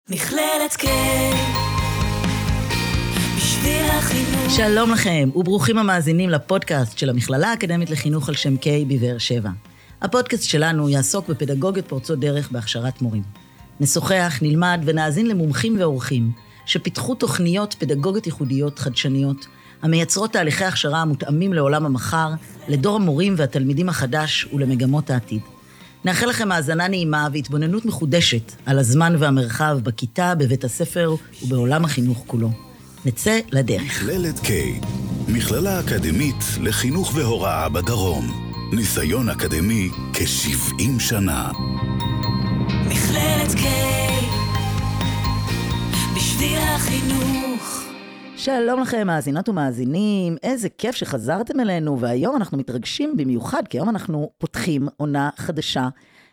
מכללת K בשביל החינוך. שלום לכם וברוכים המאזינים לפודקאסט של המכללה האקדמית לחינוך על שם K בבאר שבע. הפודקאסט שלנו יעסוק בפדגוגיות פורצות דרך בהכשרת מורים. נשוחח, נלמד ונאזין למומחים ואורחים שפיתחו תוכניות פדגוגיות ייחודיות חדשניות, המייצרות תהליכי הכשרה המותאמים לעולם המחר, לדור המורים והתלמידים החדש ולמגמות העתיד. נאחל לכם האזנה נעימה והתבוננות מחודשת על הזמן והמרחב בכיתה, בבית הספר ובעולם החינוך כולו. נצא לדרך. מכללת K, מכללה אקדמית לחינוך והוראה בדרום. ניסיון אקדמי כ-70 שנה. מכללת K בשביל החינוך. שלום לכם מאזינות ומאזינים, איזה כיף שחזרתם אלינו, והיום אנחנו מתרגשים במיוחד, כי היום אנחנו פותחים עונה חדשה,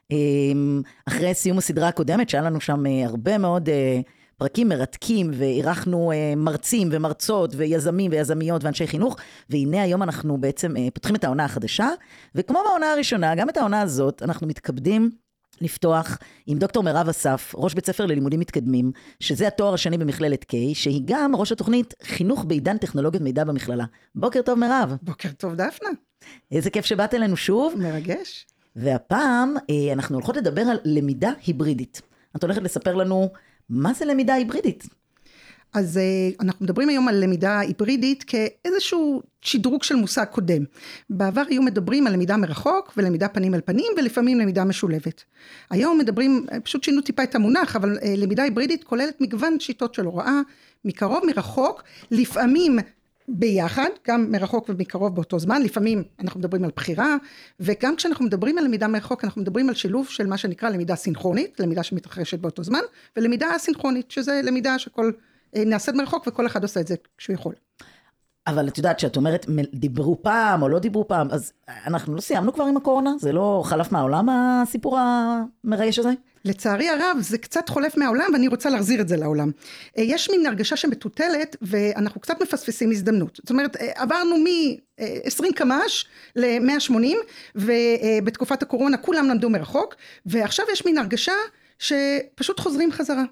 אחרי סיום הסדרה הקודמת, שהיה לנו שם הרבה מאוד פרקים מרתקים, ואירחנו מרצים ומרצות ויזמים ויזמיות ואנשי חינוך, והנה היום אנחנו בעצם פותחים את העונה החדשה, וכמו בעונה הראשונה, גם את העונה הזאת אנחנו מתכבדים לפתוח עם דוקטור מירב אסף, ראש בית ספר ללימודים מתקדמים, שזה התואר השני במכללת K, שהיא גם ראש התוכנית חינוך בעידן טכנולוגיות מידע במכללה. בוקר טוב מירב. בוקר טוב דפנה. איזה כיף שבאת אלינו שוב. מרגש. והפעם אנחנו הולכות לדבר על למידה היברידית. את הולכת לספר לנו מה זה למידה היברידית. אז אנחנו מדברים היום על למידה היברידית כאיזשהו שדרוג של מושג קודם. בעבר היו מדברים על למידה מרחוק ולמידה פנים אל פנים ולפעמים למידה משולבת. היום מדברים, פשוט שינו טיפה את המונח, אבל למידה היברידית כוללת מגוון שיטות של הוראה, מקרוב מרחוק, לפעמים ביחד, גם מרחוק ומקרוב באותו זמן, לפעמים אנחנו מדברים על בחירה, וגם כשאנחנו מדברים על למידה מרחוק, אנחנו מדברים על שילוב של מה שנקרא למידה סינכרונית, למידה שמתרחשת באותו זמן, ולמידה אסינכרונית, שזה למידה שכל נעשית מרחוק וכל אחד עושה את זה כשהוא יכול. אבל את יודעת שאת אומרת, דיברו פעם או לא דיברו פעם, אז אנחנו לא סיימנו כבר עם הקורונה? זה לא חלף מהעולם הסיפור המרגש הזה? לצערי הרב, זה קצת חולף מהעולם, ואני רוצה להחזיר את זה לעולם. יש מין הרגשה שמטוטלת, ואנחנו קצת מפספסים הזדמנות. זאת אומרת, עברנו מ-20 קמ"ש ל-180, ובתקופת הקורונה כולם למדו מרחוק, ועכשיו יש מין הרגשה שפשוט חוזרים חזרה.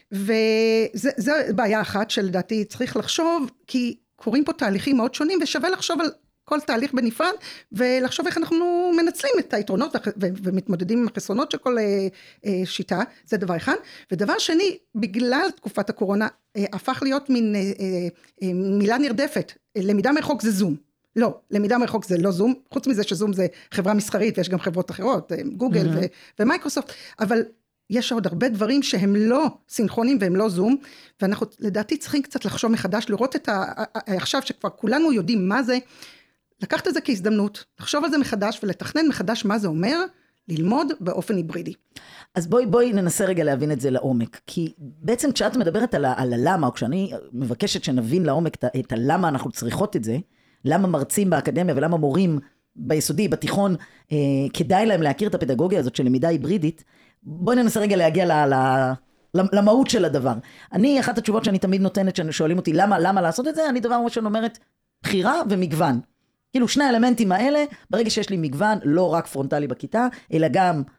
וזה בעיה אחת שלדעתי צריך לחשוב, כי קורים פה תהליכים מאוד שונים, ושווה לחשוב על כל תהליך בנפרד, ולחשוב איך אנחנו מנצלים את היתרונות, ומתמודדים עם החסרונות של כל שיטה, זה דבר אחד. ודבר שני, בגלל תקופת הקורונה, הפך להיות מין מילה נרדפת, למידה מרחוק זה זום. לא, למידה מרחוק זה לא זום, חוץ מזה שזום זה חברה מסחרית, ויש גם חברות אחרות, גוגל ומייקרוסופט, אבל יש עוד הרבה דברים שהם לא סינכרונים והם לא זום, ואנחנו לדעתי צריכים קצת לחשוב מחדש, לראות את עכשיו שכבר כולנו יודעים מה זה, לקחת את זה כהזדמנות, לחשוב על זה מחדש ולתכנן מחדש מה זה אומר, ללמוד באופן היברידי. אז בואי ננסה רגע להבין את זה לעומק, כי בעצם כשאת מדברת על הלמה, או כשאני מבקשת שנבין לעומק את הלמה אנחנו צריכות את זה, למה מרצים באקדמיה ולמה מורים ביסודי, בתיכון, כדאי להם להכיר את הפדגוגיה הזאת של למידה היברידית, בואי ננסה רגע להגיע למהות של הדבר. אני, אחת התשובות שאני תמיד נותנת, ששואלים אותי למה לעשות את זה, אני דבר ראשון אומרת, בחירה ומגוון. כאילו שני האלמנטים האלה, ברגע שיש לי מגוון, לא רק פרונטלי בכיתה, אלא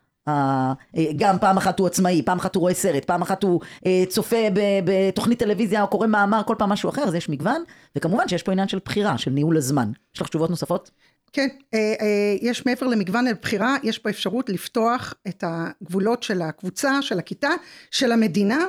גם פעם אחת הוא עצמאי, פעם אחת הוא רואה סרט, פעם אחת הוא צופה בתוכנית טלוויזיה, או קורא מאמר, כל פעם משהו אחר, אז יש מגוון, וכמובן שיש פה עניין של בחירה, של ניהול הזמן. יש לך תשובות נוספות? כן, יש מעבר למגוון לבחירה, יש פה אפשרות לפתוח את הגבולות של הקבוצה, של הכיתה, של המדינה,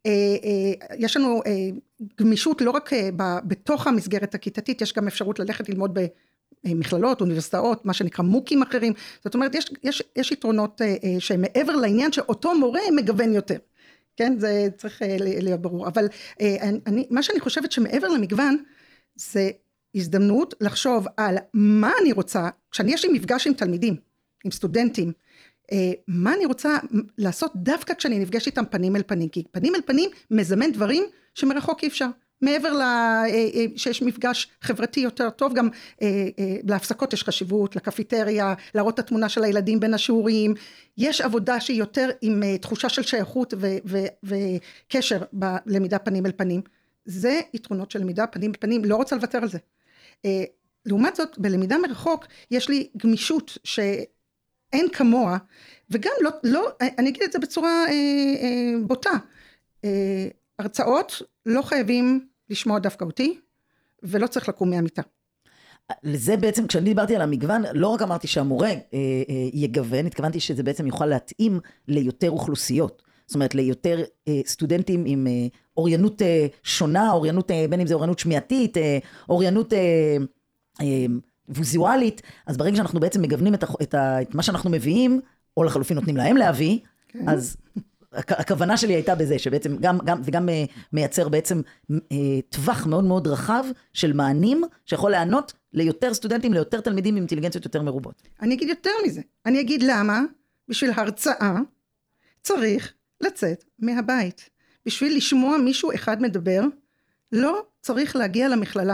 יש לנו גמישות לא רק בתוך המסגרת הכיתתית, יש גם אפשרות ללכת ללמוד במכללות, אוניברסיטאות, מה שנקרא מוקים אחרים, זאת אומרת, יש יתרונות שמעבר לעניין שאותו מורה מגוון יותר, כן, זה צריך להיות ברור, אבל מה שאני חושבת שמעבר למגוון, זה הזדמנות לחשוב על מה אני רוצה, כשאני יש לי מפגש עם תלמידים, עם סטודנטים, מה אני רוצה לעשות דווקא כשאני נפגש איתם פנים אל פנים, כי פנים אל פנים מזמן דברים שמרחוק אי אפשר, מעבר שיש מפגש חברתי יותר טוב, גם להפסקות יש חשיבות, לקפיטריה, להראות את התמונה של הילדים בין השיעורים, יש עבודה שהיא יותר עם תחושה של שייכות וקשר בלמידה פנים אל פנים, זה יתרונות של למידה פנים אל פנים, לא רוצה לוותר על זה. לעומת זאת, בלמידה מרחוק, יש לי גמישות שאין כמוה, וגם לא, אני אגיד את זה בצורה בוטה, הרצאות לא חייבים לשמוע דווקא אותי, ולא צריך לקום מהמיטה. לזה בעצם, כשאני דיברתי על המגוון, לא רק אמרתי שהמורה יגוון, התכוונתי שזה בעצם יוכל להתאים ליותר אוכלוסיות. זאת אומרת, ליותר סטודנטים עם אוריינות שונה, אוריינות, בין אם זה אוריינות שמיעתית, אוריינות ויזואלית, אז ברגע שאנחנו בעצם מגוונים את מה שאנחנו מביאים, או לחלופין נותנים להם להביא, כן. אז הכוונה שלי הייתה בזה, שבעצם זה גם מייצר בעצם טווח מאוד מאוד רחב של מענים, שיכול לענות ליותר סטודנטים, ליותר תלמידים עם אינטליגנציות יותר מרובות. אני אגיד יותר מזה, אני אגיד למה, בשביל הרצאה צריך לצאת מהבית. בשביל לשמוע מישהו אחד מדבר, לא צריך להגיע למכללה.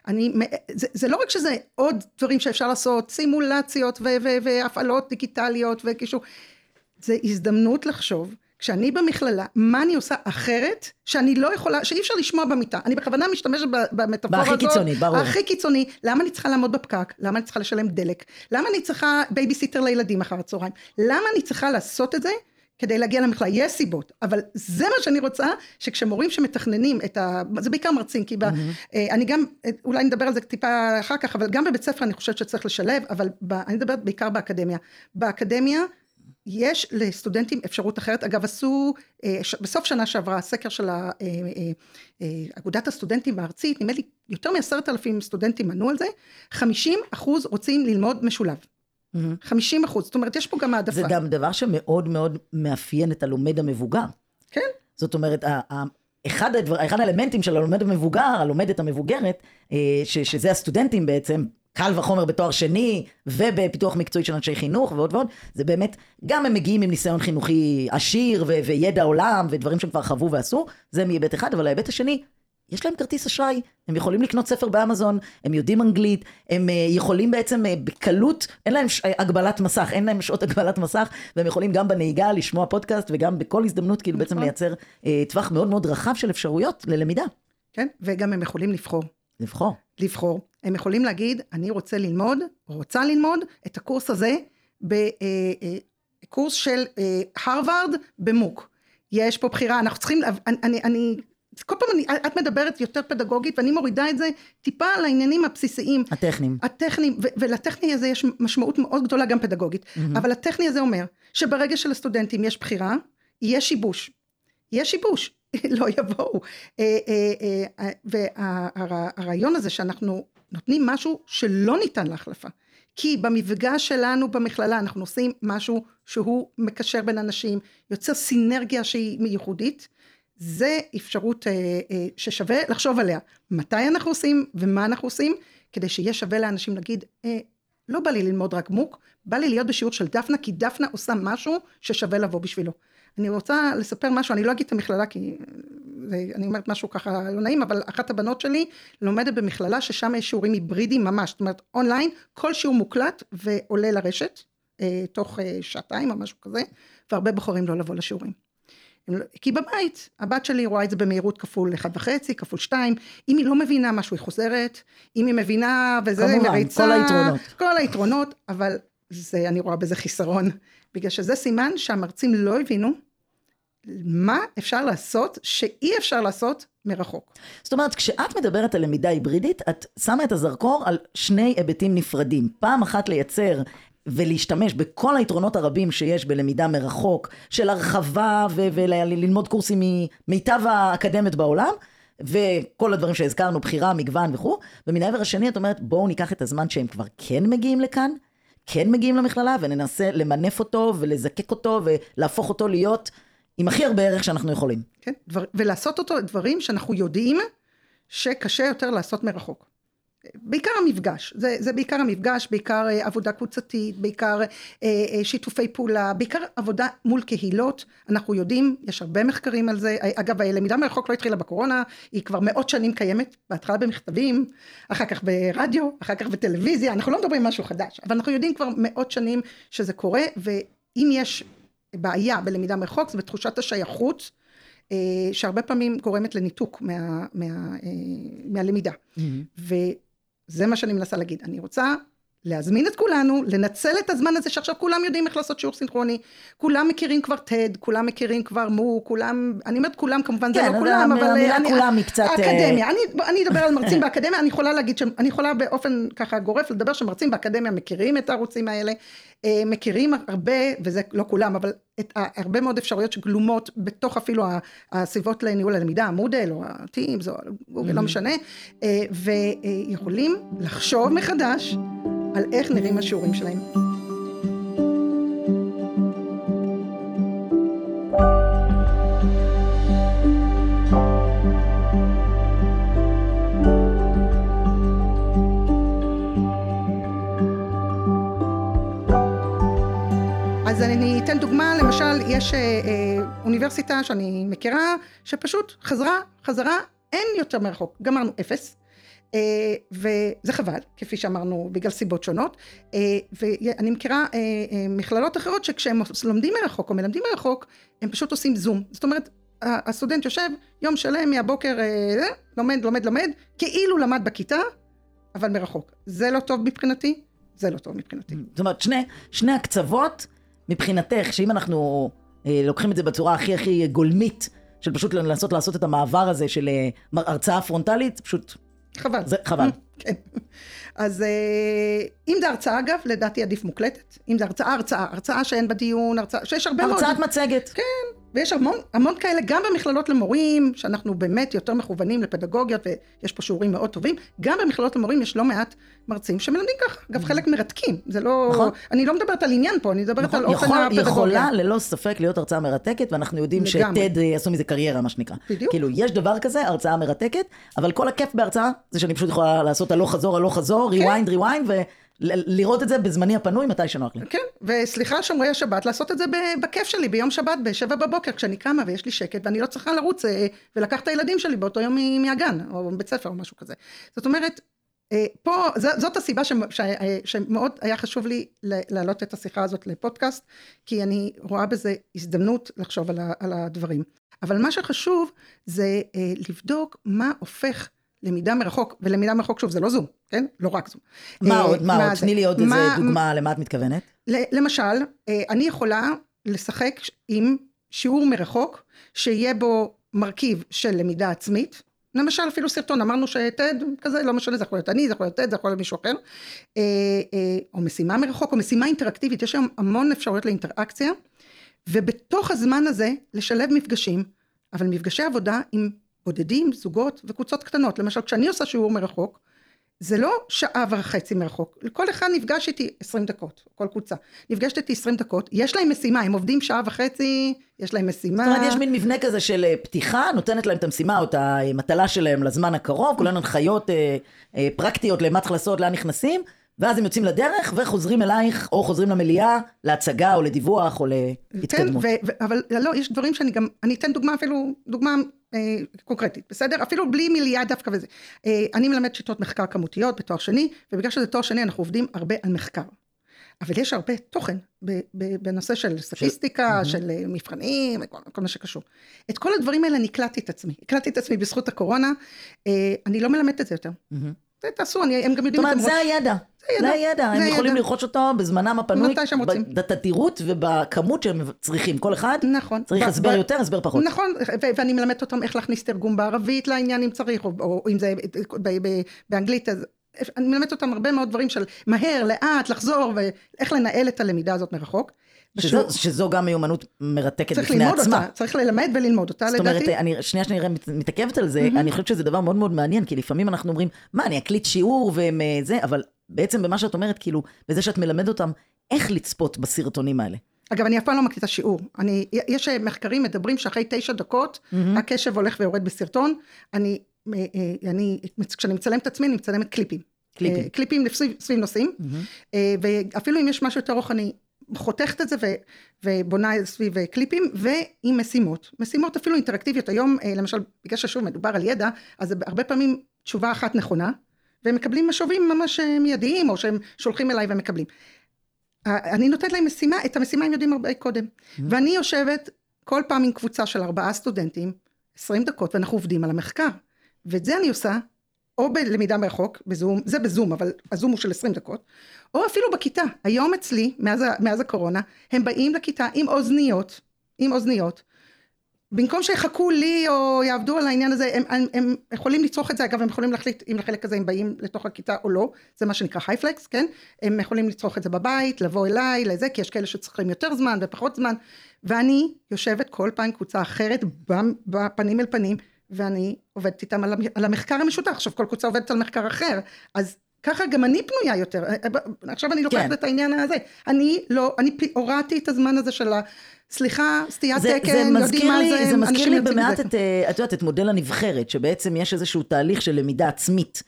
זה לא רק שזה עוד דברים שאפשר לעשות, סימולציות והפעלות דיגיטליות וקישור, זה הזדמנות לחשוב, כשאני במכללה, מה אני עושה אחרת, שאני לא יכולה, שאי אפשר לשמוע במיטה. אני בכוונה משתמשת במטאפורה הזאת. בהכי קיצוני, ברור. הכי קיצוני. למה אני צריכה לעמוד בפקק? למה אני צריכה לשלם דלק? למה אני צריכה בייביסיטר לילדים אחר הצהריים? למה אני צריכה לעשות את זה? כדי להגיע למכללה, יש סיבות, אבל זה מה שאני רוצה, שכשמורים שמתכננים זה בעיקר מרצים, כי אני גם, אולי נדבר על זה טיפה אחר כך, אבל גם בבית ספר אני חושבת שצריך לשלב, אבל אני מדברת בעיקר באקדמיה. באקדמיה יש לסטודנטים אפשרות אחרת, אגב עשו, בסוף שנה שעברה, סקר של אגודת הסטודנטים הארצית, נדמה לי יותר מ10,000 סטודנטים ענו על זה, 50% רוצים ללמוד משולב. 50%, זאת אומרת, יש פה גם העדפה. זה גם דבר שמאוד מאוד מאפיין את הלומד המבוגר. כן. זאת אומרת, אחד האלמנטים של הלומד המבוגר, הלומדת המבוגרת, שזה הסטודנטים בעצם, קל וחומר בתואר שני, ובפיתוח מקצועי של אנשי חינוך ועוד ועוד, זה באמת, גם הם מגיעים עם ניסיון חינוכי עשיר, וידע עולם, ודברים שהם כבר חוו ועשו, זה מהיבט אחד, אבל ההיבט השני, יש להם כרטיס אשראי, הם יכולים לקנות ספר באמזון, הם יודעים אנגלית, הם יכולים בעצם בקלות, אין להם הגבלת מסך, אין להם שעות הגבלת מסך, והם יכולים גם בנהיגה לשמוע פודקאסט, וגם בכל הזדמנות כאילו בעצם לייצר טווח מאוד מאוד רחב של אפשרויות ללמידה. כן, וגם הם יכולים לבחור. הם יכולים להגיד, אני רוצה ללמוד את הקורס הזה, בקורס של הרווארד במוק. יש פה בחירה, אנחנו צריכים, כל פעם את מדברת יותר פדגוגית, ואני מורידה את זה טיפה על העניינים הבסיסיים. הטכניים, ולטכני הזה יש משמעות מאוד גדולה גם פדגוגית, אבל הטכני הזה אומר, שברגע שלסטודנטים יש בחירה, יש שיבוש, לא יבואו. והרעיון הזה שאנחנו נותנים משהו שלא ניתן להחלפה, כי במפגש שלנו במכללה אנחנו עושים משהו שהוא מקשר בין אנשים, יוצר סינרגיה שהיא מיוחדית, זה אפשרות ששווה לחשוב עליה. מתי אנחנו עושים ומה אנחנו עושים, כדי שיהיה שווה לאנשים להגיד, לא בא לי ללמוד רק מוק, בא לי להיות בשיעור של דפנה, כי דפנה עושה משהו ששווה לבוא בשבילו. אני רוצה לספר משהו, אני לא אגיד את המכללה, כי אני אומרת משהו ככה לא נעים, אבל אחת הבנות שלי לומדת במכללה, ששם יש שיעורים היברידיים ממש, זאת אומרת אונליין, כל שיעור מוקלט ועולה לרשת, תוך שעתיים או משהו כזה, והרבה בוחרים לא לבוא לשיעורים. כי בבית, הבת שלי רואה את זה במהירות כפול 1.5, כפול 2, אם היא לא מבינה משהו היא חוזרת, אם היא מבינה וזה מריצה, כל היתרונות, אבל זה, אני רואה בזה חיסרון, בגלל שזה סימן שהמרצים לא הבינו, מה אפשר לעשות שאי אפשר לעשות מרחוק. זאת אומרת, כשאת מדברת על למידה היברידית, את שמה את הזרקור על שני היבטים נפרדים, פעם אחת לייצר ולהשתמש בכל היתרונות הרבים שיש בלמידה מרחוק, של הרחבה וללמוד קורסים ממיטב האקדמיות בעולם, וכל הדברים שהזכרנו, בחירה, מגוון וכו', ומן העבר השני את אומרת, בואו ניקח את הזמן שהם כבר כן מגיעים לכאן, כן מגיעים למכללה, וננסה למנף אותו ולזקק אותו, ולהפוך אותו להיות עם הכי הרבה ערך שאנחנו יכולים. כן, ולעשות אותו דברים שאנחנו יודעים שקשה יותר לעשות מרחוק. בעיקר המפגש, זה בעיקר המפגש, בעיקר עבודה קבוצתית, בעיקר שיתופי פעולה, בעיקר עבודה מול קהילות, אנחנו יודעים, יש הרבה מחקרים על זה, אגב, הלמידה מרחוק לא התחילה בקורונה, היא כבר מאות שנים קיימת, בהתחלה במכתבים, אחר כך ברדיו, אחר כך בטלוויזיה, אנחנו לא מדברים משהו חדש, אבל אנחנו יודעים כבר מאות שנים שזה קורה, ואם יש בעיה בלמידה מרחוק, זה בתחושת השייכות, שהרבה פעמים גורמת לניתוק מהלמידה, וזה מה שאני מנסה להגיד, אני רוצה להזמין את כולנו, לנצל את הזמן הזה שעכשיו כולם יודעים איך לעשות שיעור סינכרוני, כולם מכירים כבר TED, כולם מכירים כבר מו, כולם, אני אומרת כולם, כמובן זה לא כולם, אבל כולם היא קצת... האקדמיה, אני אדבר על מרצים באקדמיה, אני יכולה להגיד, אני יכולה באופן ככה גורף לדבר שמרצים באקדמיה מכירים את הערוצים האלה, מכירים הרבה, וזה לא כולם, אבל הרבה מאוד אפשרויות שגלומות בתוך אפילו הסביבות לניהול הלמידה, המודל או הטימס או גוגל, לא משנה, ויכולים לחשוב מחדש על איך נראים השיעורים שלהם. אז אני אתן דוגמה, למשל, יש אוניברסיטה שאני מכירה, שפשוט חזרה, אין יותר מרחוק, גמרנו 0, וזה חבל, כפי שאמרנו, בגלל סיבות שונות, ואני מכירה מכללות אחרות שכשהם לומדים מרחוק או מלמדים מרחוק, הם פשוט עושים זום, זאת אומרת, הסטודנט יושב יום שלם מהבוקר, לומד, כאילו למד בכיתה, אבל מרחוק. זה לא טוב מבחינתי, זה לא טוב מבחינתי. זאת אומרת, שני הקצוות, מבחינתך, שאם אנחנו לוקחים את זה בצורה הכי גולמית, של פשוט לנסות לעשות את המעבר הזה של הרצאה פרונטלית, פשוט... חבל. זה חבל. כן. אז אם זה הרצאה אגב, לדעתי עדיף מוקלטת. אם זה הרצאה שאין בדיון, שיש הרבה מאוד... הרצאת מצגת. כן. ויש המון כאלה, גם במכללות למורים, שאנחנו באמת יותר מכוונים לפדגוגיות, ויש פה שיעורים מאוד טובים, גם במכללות למורים יש לא מעט מרצים שמלמדים ככה, אגב חלק מרתקים, זה לא... נכון. אני לא מדברת על עניין פה, אני מדברת על אופן הפדגוגיה. יכולה ללא ספק להיות הרצאה מרתקת, ואנחנו יודעים שטד יעשו מזה קריירה, מה שנקרא. בדיוק. כאילו, יש דבר כזה, הרצאה מרתקת, אבל כל הכיף בהרצאה, זה שאני פשוט יכולה לעשות הלוך חזור, rewind, לראות את זה בזמני הפנוי, מתי שנוח לי. כן, וסליחה שומרי השבת, לעשות את זה בכיף שלי, ביום שבת, ב7 בבוקר, כשאני קמה ויש לי שקט, ואני לא צריכה לרוץ ולקח את הילדים שלי באותו יום מהגן, או בית ספר או משהו כזה. זאת אומרת, פה, זאת הסיבה שמאוד היה חשוב לי להעלות את השיחה הזאת לפודקאסט, כי אני רואה בזה הזדמנות לחשוב על הדברים. אבל מה שחשוב זה לבדוק מה הופך למידה מרחוק, ולמידה מרחוק שוב זה לא זום, כן? לא רק זום. מה עוד? תני לי עוד איזה דוגמה למה את מתכוונת? למשל, אני יכולה לשחק עם שיעור מרחוק, שיהיה בו מרכיב של למידה עצמית, למשל אפילו סרטון, אמרנו שטד כזה, לא משנה, זה יכול להיות אני, זה יכול להיות טד, זה יכול להיות מישהו אחר, או משימה מרחוק, או משימה אינטראקטיבית, יש היום המון אפשרויות לאינטראקציה, ובתוך הזמן הזה לשלב מפגשים, אבל מפגשי עבודה עם בודדים, זוגות וקבוצות קטנות. למשל, כשאני עושה שיעור מרחוק, זה לא שעה וחצי מרחוק. לכל אחד נפגש איתי 20 דקות, כל קבוצה. נפגשת איתי 20 דקות, יש להם משימה, הם עובדים שעה וחצי, יש להם משימה. זאת אומרת, יש מין מבנה כזה של פתיחה, נותנת להם את המשימה או את המטלה שלהם לזמן הקרוב, כולן הנחיות פרקטיות למה צריך לעשות, לאן נכנסים, ואז הם יוצאים לדרך וחוזרים אלייך, או חוזרים למליאה, להצגה או לדיווח או להתקדמות. כן, אבל לא, יש דברים שאני גם, אני אתן דוגמה אפילו, דוגמה קונקרטית, בסדר? אפילו בלי מליאה דווקא וזה. אני מלמד שיטות מחקר כמותיות בתואר שני, ובגלל שזה תואר שני אנחנו עובדים הרבה על מחקר. אבל יש הרבה תוכן בנושא של סטטיסטיקה, של מבחנים, כל מה שקשור. את כל הדברים האלה הקלטתי את עצמי בזכות הקורונה, אני לא מלמדת את זה יותר. תעשו, הם גם יודעים... זאת אומרת, זה הידע, הם יכולים לרכוש אותו בזמנם הפנוי, בתדירות ובכמות שהם צריכים, כל אחד צריך הסבר יותר, הסבר פחות. נכון, ואני מלמדת אותם איך להכניס תרגום בערבית לעניין אם צריך, או אם זה באנגלית, אז אני מלמדת אותם הרבה מאוד דברים של מהר, לאט, לחזור, ואיך לנהל את הלמידה הזאת מרחוק. שזו גם מיומנות מרתקת בפני עצמה. צריך ללמד וללמוד אותה, לדעתי. זאת אומרת, שנייה מתעכבת על זה, אני חושבת שזה דבר מאוד מאוד מעניין, כי לפעמים אנחנו אומרים, מה, אני אקליט שיעור וזה, אבל בעצם במה שאת אומרת, כאילו, בזה שאת מלמד אותם, איך לצפות בסרטונים האלה. אגב, אני אף פעם לא מקליטה שיעור. יש מחקרים מדברים שאחרי 9 דקות, הקשב הולך ויורד בסרטון. כשאני מצלמת את עצמי, אני מצלמת קליפים. קליפים סביב נושאים. ואפילו אם יש משהו יותר ארוך, אני חותכת את זה ובונה סביב קליפים, ועם משימות אפילו אינטראקטיביות. היום, למשל, בגלל ששוב מדובר על ידע, אז הרבה פעמים תשובה אחת נכונה, והם מקבלים משובים ממש מיידיים, או שהם שולחים אליי ומקבלים. אני נותנת להם משימה, את המשימה הם יודעים הרבה קודם. ואני יושבת כל פעם עם קבוצה של 4 סטודנטים, 20 דקות, ואנחנו עובדים על המחקר. ואת זה אני עושה או בלמידה מרחוק, בזום, זה בזום, אבל הזום הוא של 20 דקות, או אפילו בכיתה. היום אצלי, מאז הקורונה, הם באים לכיתה עם אוזניות, במקום שיחכו לי או יעבדו על העניין הזה, הם יכולים לצרוך את זה, אגב, הם יכולים להחליט אם לחלק הזה הם באים לתוך הכיתה או לא, זה מה שנקרא הייפלקס, כן? הם יכולים לצרוך את זה בבית, לבוא אליי, לזה, כי יש כאלה שצריכים יותר זמן ופחות זמן, ואני יושבת כל פעם קבוצה אחרת, בפנים אל פנים, ואני עובדת איתם על המחקר המשותף, עכשיו כל קבוצה עובדת על מחקר אחר, אז ככה גם אני פנויה יותר, עכשיו אני לוקחת את העניין הזה, אני הורדתי את הזמן הזה של סליחה, סטיית תקן, יודעים מה זה, זה מזכיר לי במעט את מודל הנבחרת, שבעצם יש איזשהו תהליך של למידה עצמית,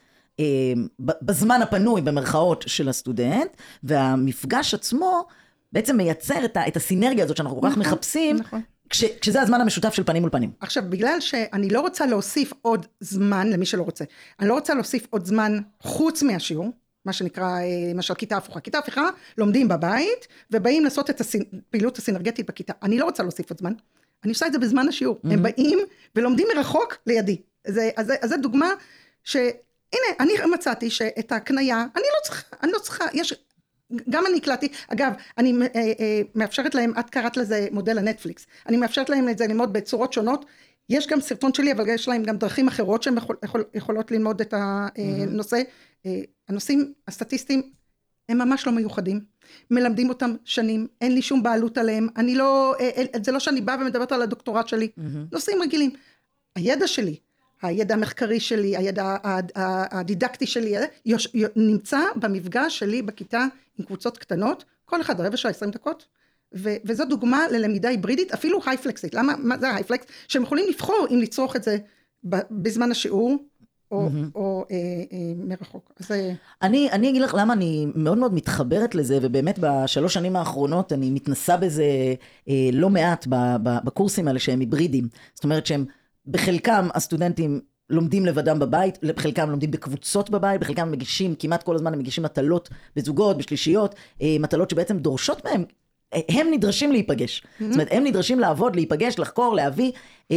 בזמן הפנוי במרכאות של הסטודנט, והמפגש עצמו בעצם מייצר את הסינרגיה הזאת שאנחנו כל כך מחפשים, כשזה הזמן המשותף של פנים מול פנים. עכשיו, בגלל שאני לא רוצה להוסיף עוד זמן, למי שלא רוצה, אני לא רוצה להוסיף עוד זמן חוץ מהשיעור, מה שנקרא, למשל, כיתה הפוכה. כיתה הפוכה, לומדים בבית, ובאים לעשות את הפעילות הסינרגטית בכיתה. אני לא רוצה להוסיף עוד זמן, אני עושה את זה בזמן השיעור. הם באים ולומדים מרחוק לידי. אז זו דוגמה שהנה, אני מצאתי שאת הקנייה, אני לא צריכה, יש... גם אני הקלטתי, אגב, אני מאפשרת להם, את קראת לזה מודל הנטפליקס, אני מאפשרת להם את זה ללמוד בצורות שונות, יש גם סרטון שלי, אבל יש להם גם דרכים אחרות שהן יכולות ללמוד את הנושא, הנושאים הסטטיסטיים הם ממש לא מיוחדים, מלמדים אותם שנים, אין לי שום בעלות עליהם, אני לא, זה לא שאני באה ומדברת על הדוקטורט שלי, נושאים רגילים, הידע שלי, הידע המחקרי שלי, הידע הדידקטי שלי, נמצא במפגש שלי בכיתה עם קבוצות קטנות, כל אחד רבע שעה 20 דקות, וזו דוגמה ללמידה היברידית, אפילו הייפלקסית. מה זה ההייפלקס? שהם יכולים לבחור אם לצרוך את זה בזמן השיעור, או מרחוק. אני אגיד לך למה אני מאוד מאוד מתחברת לזה, ובאמת בשלוש שנים האחרונות אני מתנסה בזה לא מעט בקורסים האלה שהם היברידים. זאת אומרת שהם בחלקם הסטודנטים לומדים לבדם בבית, בחלקם לומדים בקבוצות בבית, בחלקם מגישים, כמעט כל הזמן הם מגישים מטלות בזוגות, בשלישיות, מטלות שבעצם דורשות מהם, הם נדרשים להיפגש. זאת אומרת, הם נדרשים לעבוד, להיפגש, לחקור, להביא.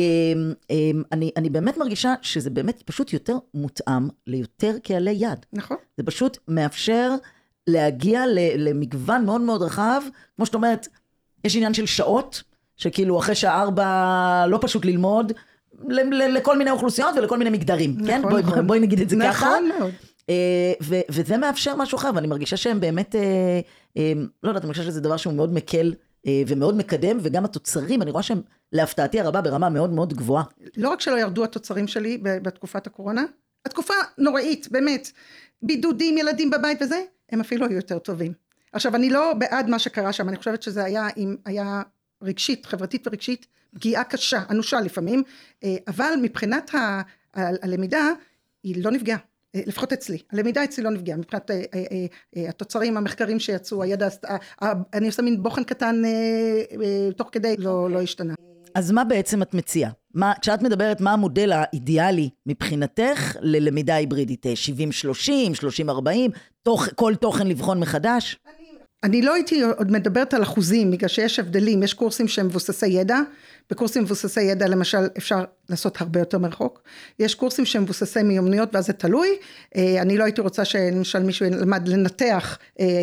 אני באמת מרגישה שזה באמת פשוט יותר מותאם ליותר קהלי יד. נכון. זה פשוט מאפשר להגיע למגוון מאוד מאוד רחב, כמו שאת אומרת, יש עניין של שעות, שכאילו אחרי שעה 4 לא פשוט ללמוד, לכל מיני אוכלוסיות ולכל מיני מגדרים, כן? בואי נגיד את זה ככה. נכון מאוד. וזה מאפשר משהו אחר, ואני מרגישה שהם באמת, לא יודעת, אני מרגישה שזה דבר שהוא מאוד מקל ומאוד מקדם, וגם התוצרים, אני רואה שהם להפתעתי הרבה ברמה מאוד מאוד גבוהה. לא רק שלא ירדו התוצרים שלי בתקופת הקורונה, התקופה נוראית, באמת, בידודים, ילדים בבית וזה, הם אפילו היו יותר טובים. עכשיו, אני לא בעד מה שקרה שם, אני חושבת שזה היה רגשית, חברתית ורגשית, פגיעה קשה, אנושה לפעמים, אבל מבחינת הלמידה, היא לא נפגעה, לפחות אצלי, הלמידה אצלי לא נפגעה, מבחינת התוצרים, המחקרים שיצאו, הידע, אני עושה מין בוחן קטן, תוך כדי, לא השתנה. אז מה בעצם את מציעה? כשאת מדברת, מה המודל האידיאלי מבחינתך ללמידה היברידית? 70-30, 30-40, כל תוכן לבחון מחדש? אני לא הייתי עוד מדברת על אחוזים, בגלל שיש הבדלים, יש קורסים שהם מבוססי ידע, בקורסים מבוססי ידע למשל אפשר לעשות הרבה יותר מרחוק, יש קורסים שהם מבוססי מיומנויות ואז זה תלוי, אני לא הייתי רוצה שלמשל מישהו ילמד לנתח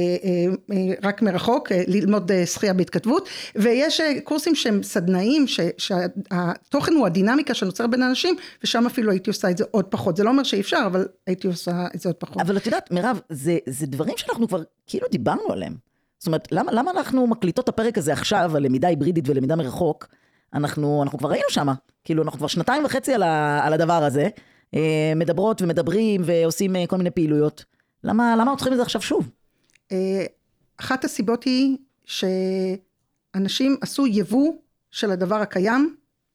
רק מרחוק, ללמוד שחייה בהתכתבות, ויש קורסים שהם סדנאים, שהתוכן הוא הדינמיקה שנוצר בין אנשים, ושם אפילו הייתי עושה את זה עוד פחות, זה לא אומר שאי אפשר, אבל הייתי עושה את זה עוד פחות. אבל את יודעת, מירב, זה דברים שאנחנו כבר כאילו דיברנו עליהם, זאת אומרת, למה אנחנו מקליטות את הפרק הזה עכשיו, על למידה היברידית ולמידה מרחוק, אנחנו כבר ראינו שמה, כאילו אנחנו כבר 2.5 על הדבר הזה, מדברות ומדברים ועושים כל מיני פעילויות, למה אנחנו צריכים את זה עכשיו שוב? אחת הסיבות היא שאנשים עשו יבוא של הדבר הקיים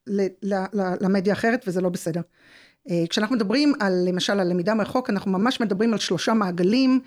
למדיה אחרת וזה לא בסדר. כשאנחנו מדברים על, למשל, על למידה מרחוק, אנחנו ממש מדברים על 3 מעגלים,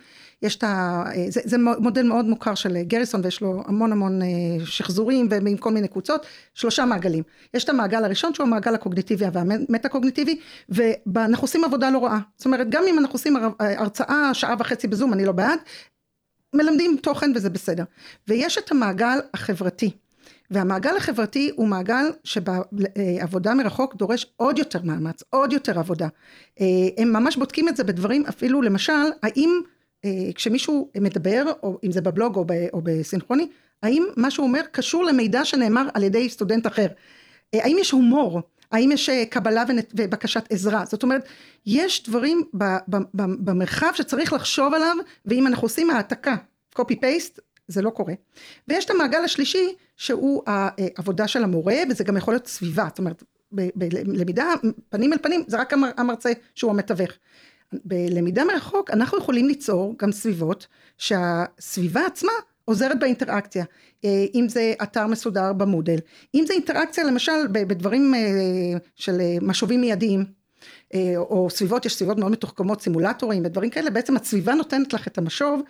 זה מודל מאוד מוכר של גריסון, ויש לו המון שחזורים, ועם כל מיני קבוצות, 3 מעגלים. יש את המעגל הראשון, שהוא המעגל הקוגניטיבי והמטה-קוגניטיבי, ואנחנו עושים עבודה לא רעה. זאת אומרת, גם אם אנחנו עושים הרצאה, 1.5 שעה בזום, אני לא בעד, מלמדים תוכן וזה בסדר. ויש את המעגל החברתי, והמעגל החברתי הוא מעגל שבעבודה מרחוק דורש עוד יותר מאמץ, עוד יותר עבודה. הם ממש בודקים את זה בדברים, אפילו למשל, האם כשמישהו מדבר, או אם זה בבלוג או בסינכרוני, האם מה שהוא אומר קשור למידע שנאמר על ידי סטודנט אחר? האם יש הומור? האם יש קבלה ובקשת עזרה? זאת אומרת, יש דברים במרחב שצריך לחשוב עליו, ואם אנחנו עושים העתקה, copy paste, זה לא קורה. ויש את המעגל השלישי, שהוא העבודה של המורה, וזה גם יכול להיות סביבה, זאת אומרת, בלמידה פנים אל פנים, זה רק המרצה שהוא המתווך. בלמידה מרחוק, אנחנו יכולים ליצור גם סביבות, שהסביבה עצמה עוזרת באינטראקציה, אם זה אתר מסודר במודל, אם זה אינטראקציה למשל בדברים של משובים מיידיים, או סביבות, יש סביבות מאוד מתוחכמות, סימולטורים ודברים כאלה, בעצם הסביבה נותנת לך את המשוב,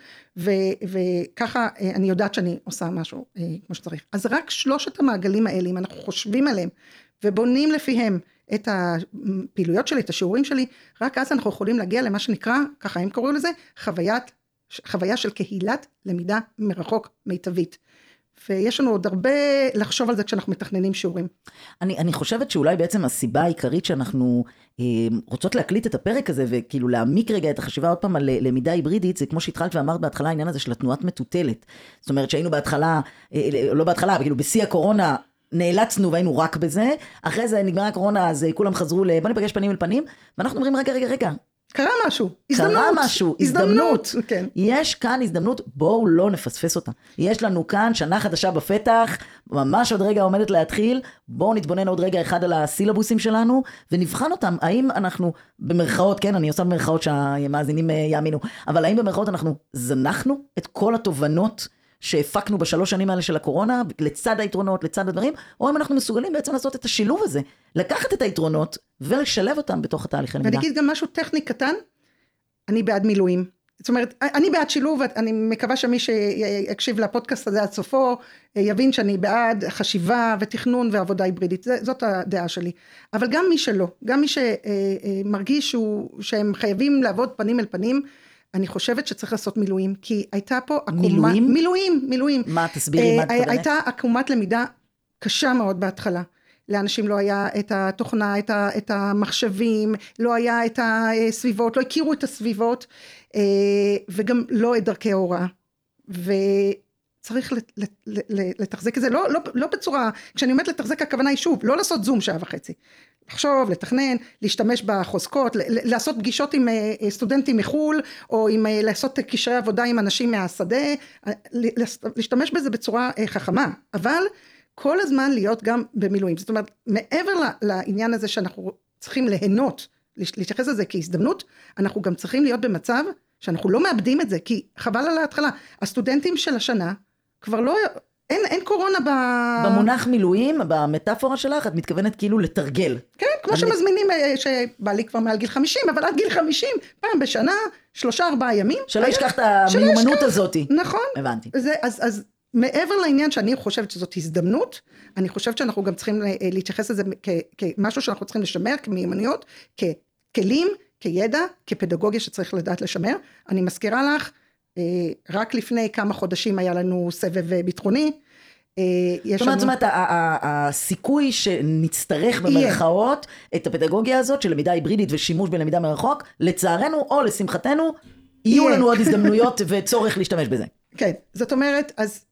וככה אני יודעת שאני עושה משהו כמו שצריך. אז רק שלושת המעגלים האלה, אם אנחנו חושבים עליהם, ובונים לפיהם את הפעילויות שלי, את השיעורים שלי, רק אז אנחנו יכולים להגיע למה שנקרא, ככה הם קוראים לזה, חוויה של קהילת למידה מרחוק מיטבית. ויש לנו עוד הרבה לחשוב על זה כשאנחנו מתכננים שיעורים. אני חושבת שאולי בעצם הסיבה העיקרית שאנחנו רוצות להקליט את הפרק הזה, וכאילו להעמיק רגע את החשיבה עוד פעם על למידה היברידית, זה כמו שהתחלת ואמרת בהתחלה העניין הזה של התנועת מטוטלת. זאת אומרת שהיינו בהתחלה, לא בהתחלה, כאילו בשיא הקורונה, נאלצנו והיינו רק בזה, אחרי זה נגמרה הקורונה, אז כולם חזרו בוא ניפגש פנים אל פנים, ואנחנו אומרים רגע, קרה משהו, הזדמנות. כן. יש כאן הזדמנות, בואו לא נפספס אותה. יש לנו כאן שנה חדשה בפתח, ממש עוד רגע עומדת להתחיל, בואו נתבונן עוד רגע אחד על הסילבוסים שלנו, ונבחן אותם, האם אנחנו במרכאות, כן, אני עושה במרכאות שהמאזינים יאמינו, אבל האם במרכאות אנחנו זנחנו את כל התובנות שהפקנו בשלוש שנים האלה של הקורונה, לצד היתרונות, לצד הדברים, או אם אנחנו מסוגלים בעצם לעשות את השילוב הזה, לקחת את היתרונות ולשלב אותם בתוך התהליך הלמידה. ואני אגיד גם משהו טכני קטן, אני בעד מילואים. זאת אומרת, אני בעד שילוב, אני מקווה שמי שיקשיב לפודקאסט הזה עד סופו, יבין שאני בעד חשיבה ותכנון ועבודה היברידית, זאת הדעה שלי. אבל גם מי שלא, גם מי שמרגיש שהם חייבים לעבוד פנים אל פנים, אני חושבת שצריך לעשות מילואים, כי הייתה פה מילואים. מה, תסבירי מה את מתכוונת? הייתה עקומת למידה קשה מאוד בהתחלה. לאנשים לא היה את התוכנה, את המחשבים, לא היה את הסביבות, לא הכירו את הסביבות, וגם לא את דרכי ההוראה. וצריך לתחזק את זה, לא בצורה, כשאני אומרת לתחזק הכוונה היא שוב, לא לעשות זום שעה וחצי. לחשוב, לתכנן, להשתמש בחוזקות, לעשות פגישות עם סטודנטים מחול, או לעשות קשרי עבודה עם אנשים מהשדה, להשתמש בזה בצורה חכמה, אבל כל הזמן להיות גם במילואים. זאת אומרת, מעבר לעניין הזה שאנחנו צריכים ליהנות, להתייחס לזה כהזדמנות, אנחנו גם צריכים להיות במצב שאנחנו לא מאבדים את זה, כי חבל על ההתחלה, הסטודנטים של השנה כבר לא... אין קורונה במונח מילואים, במטאפורה שלך, את מתכוונת כאילו לתרגל. כן, כמו שמזמינים, שבא לי כבר מעל גיל 50, אבל עד גיל 50, פעם בשנה, 3-4 ימים. שלא ישכח את המיומנות הזאת. נכון. הבנתי. אז מעבר לעניין שאני חושבת שזאת הזדמנות, אני חושבת שאנחנו גם צריכים להתייחס לזה כמשהו שאנחנו צריכים לשמר, כמיומנויות, ככלים, כידע, כפדגוגיה שצריך לדעת לשמר. אני מזכירה לך, רק לפני כמה חודשים היה לנו סבב ביטחוני. זאת אומרת, הסיכוי שנצטרך במרכאות את הפדגוגיה הזאת של למידה היברידית ושימוש בלמידה מרחוק, לצערנו או לשמחתנו, יהיו לנו עוד הזדמנויות וצורך להשתמש בזה. כן, זאת אומרת, אז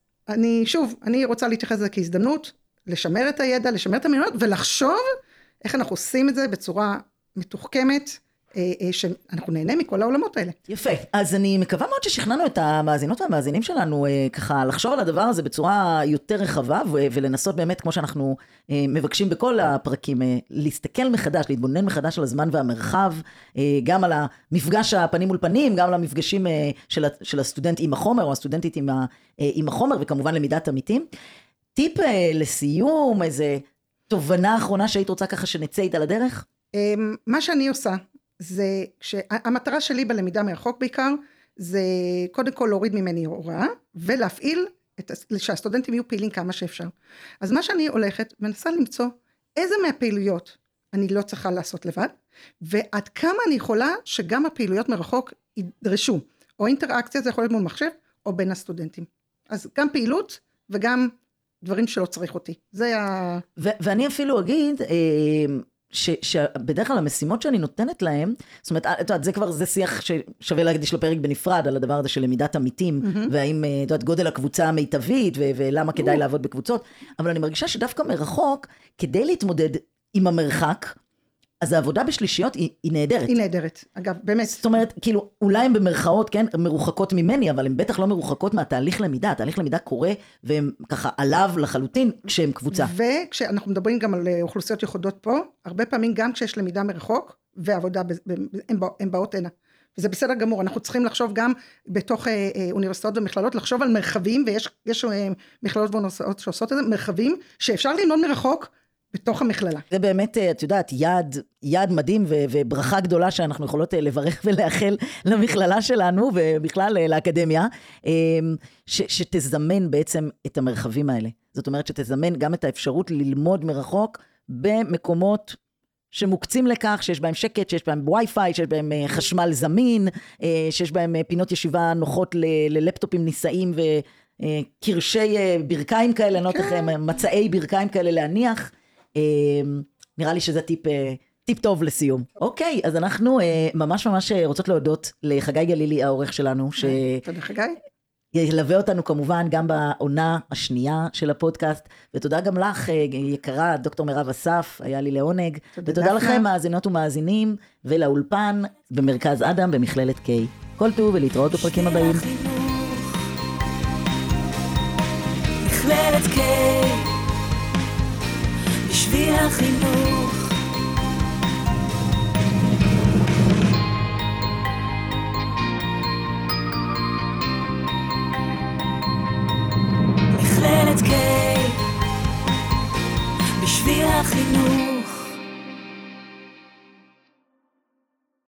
אני רוצה להתייחס לזה כהזדמנות, לשמר את הידע, לשמר את המיומנויות, ולחשוב איך אנחנו עושים את זה בצורה מתוחכמת, שאנחנו נהנה מכל העולמות האלה. יפה, אז אני מקווה מאוד ששכנענו את המאזינות והמאזינים שלנו ככה לחשוב על הדבר הזה בצורה יותר רחבה, ולנסות באמת כמו שאנחנו מבקשים בכל הפרקים, להסתכל מחדש, להתבונן מחדש על הזמן והמרחב, גם על המפגש הפנים מול פנים, גם על המפגשים של הסטודנט עם החומר, או הסטודנטית עם החומר, וכמובן למידת עמיתים. טיפ לסיום, איזה תובנה האחרונה שהיית רוצה ככה שנצא איתה לדרך? מה שאני עושה, זה שהמטרה שלי בלמידה מרחוק בעיקר, זה קודם כל להוריד ממני הוראה, ולהפעיל, שהסטודנטים יהיו פעילים כמה שאפשר. אז מה שאני הולכת, מנסה למצוא איזה מהפעילויות אני לא צריכה לעשות לבד, ועד כמה אני יכולה שגם הפעילויות מרחוק ידרשו, או אינטראקציה, זה יכול להיות מול מחשב, או בין הסטודנטים. אז גם פעילות, וגם דברים שלא צריך אותי. זה ואני אפילו אגיד, שבדרך כלל המשימות שאני נותנת להם, זאת אומרת, את יודעת, זה שיח ששווה להקדיש לו פרק בנפרד, על הדבר הזה של למידת עמיתים, והאם, את יודעת, גודל הקבוצה המיטבית, ולמה כדאי לעבוד בקבוצות, אבל אני מרגישה שדווקא מרחוק, כדי להתמודד עם המרחק, אז העבודה בשלישיות היא נהדרת. היא נהדרת, אגב, באמת. זאת אומרת, כאילו, אולי הן במרכאות, כן, מרוחקות ממני, אבל הן בטח לא מרוחקות מהתהליך למידה. התהליך למידה קורה, והן ככה עליו לחלוטין, כשהן קבוצה. וכשאנחנו מדברים גם על אוכלוסיות יחודות פה, הרבה פעמים גם כשיש למידה מרחוק, ועבודה, הן באות הנה. וזה בסדר גמור, אנחנו צריכים לחשוב גם בתוך אוניברסיטאות ומכללות, לחשוב על מרחבים, ויש מכללות ואוניברסיטאות שעושות את זה, מרחבים שאפשר ללמוד מרחוק, בתוך המכללה. זה באמת, את יודעת, יעד מדהים וברכה גדולה שאנחנו יכולות לברך ולאחל למכללה שלנו, ובכלל לאקדמיה, שתזמן בעצם את המרחבים האלה. זאת אומרת שתזמן גם את האפשרות ללמוד מרחוק במקומות שמוקצים לכך, שיש בהם שקט, שיש בהם וי-פיי, שיש בהם חשמל זמין, שיש בהם פינות ישיבה נוחות ללפטופים נישאים וקרשי ברכיים כאלה, מצאי ברכיים כאלה להניח. נראה לי שזה טיפ טוב לסיום. אוקיי, אז אנחנו ממש רוצות להודות לחגי גלילי, העורך שלנו, תודה חגי. ילווה אותנו כמובן גם בעונה השנייה של הפודקאסט, ותודה גם לך, יקרה, דוקטור מירב אסף, היה לי לעונג, ותודה לכם מאזינות ומאזינים, ולאולפן במרכז אדם במכללת קיי. כל טוב ולהתראות בפרקים הבאים. מכללת קיי בשביל החינוך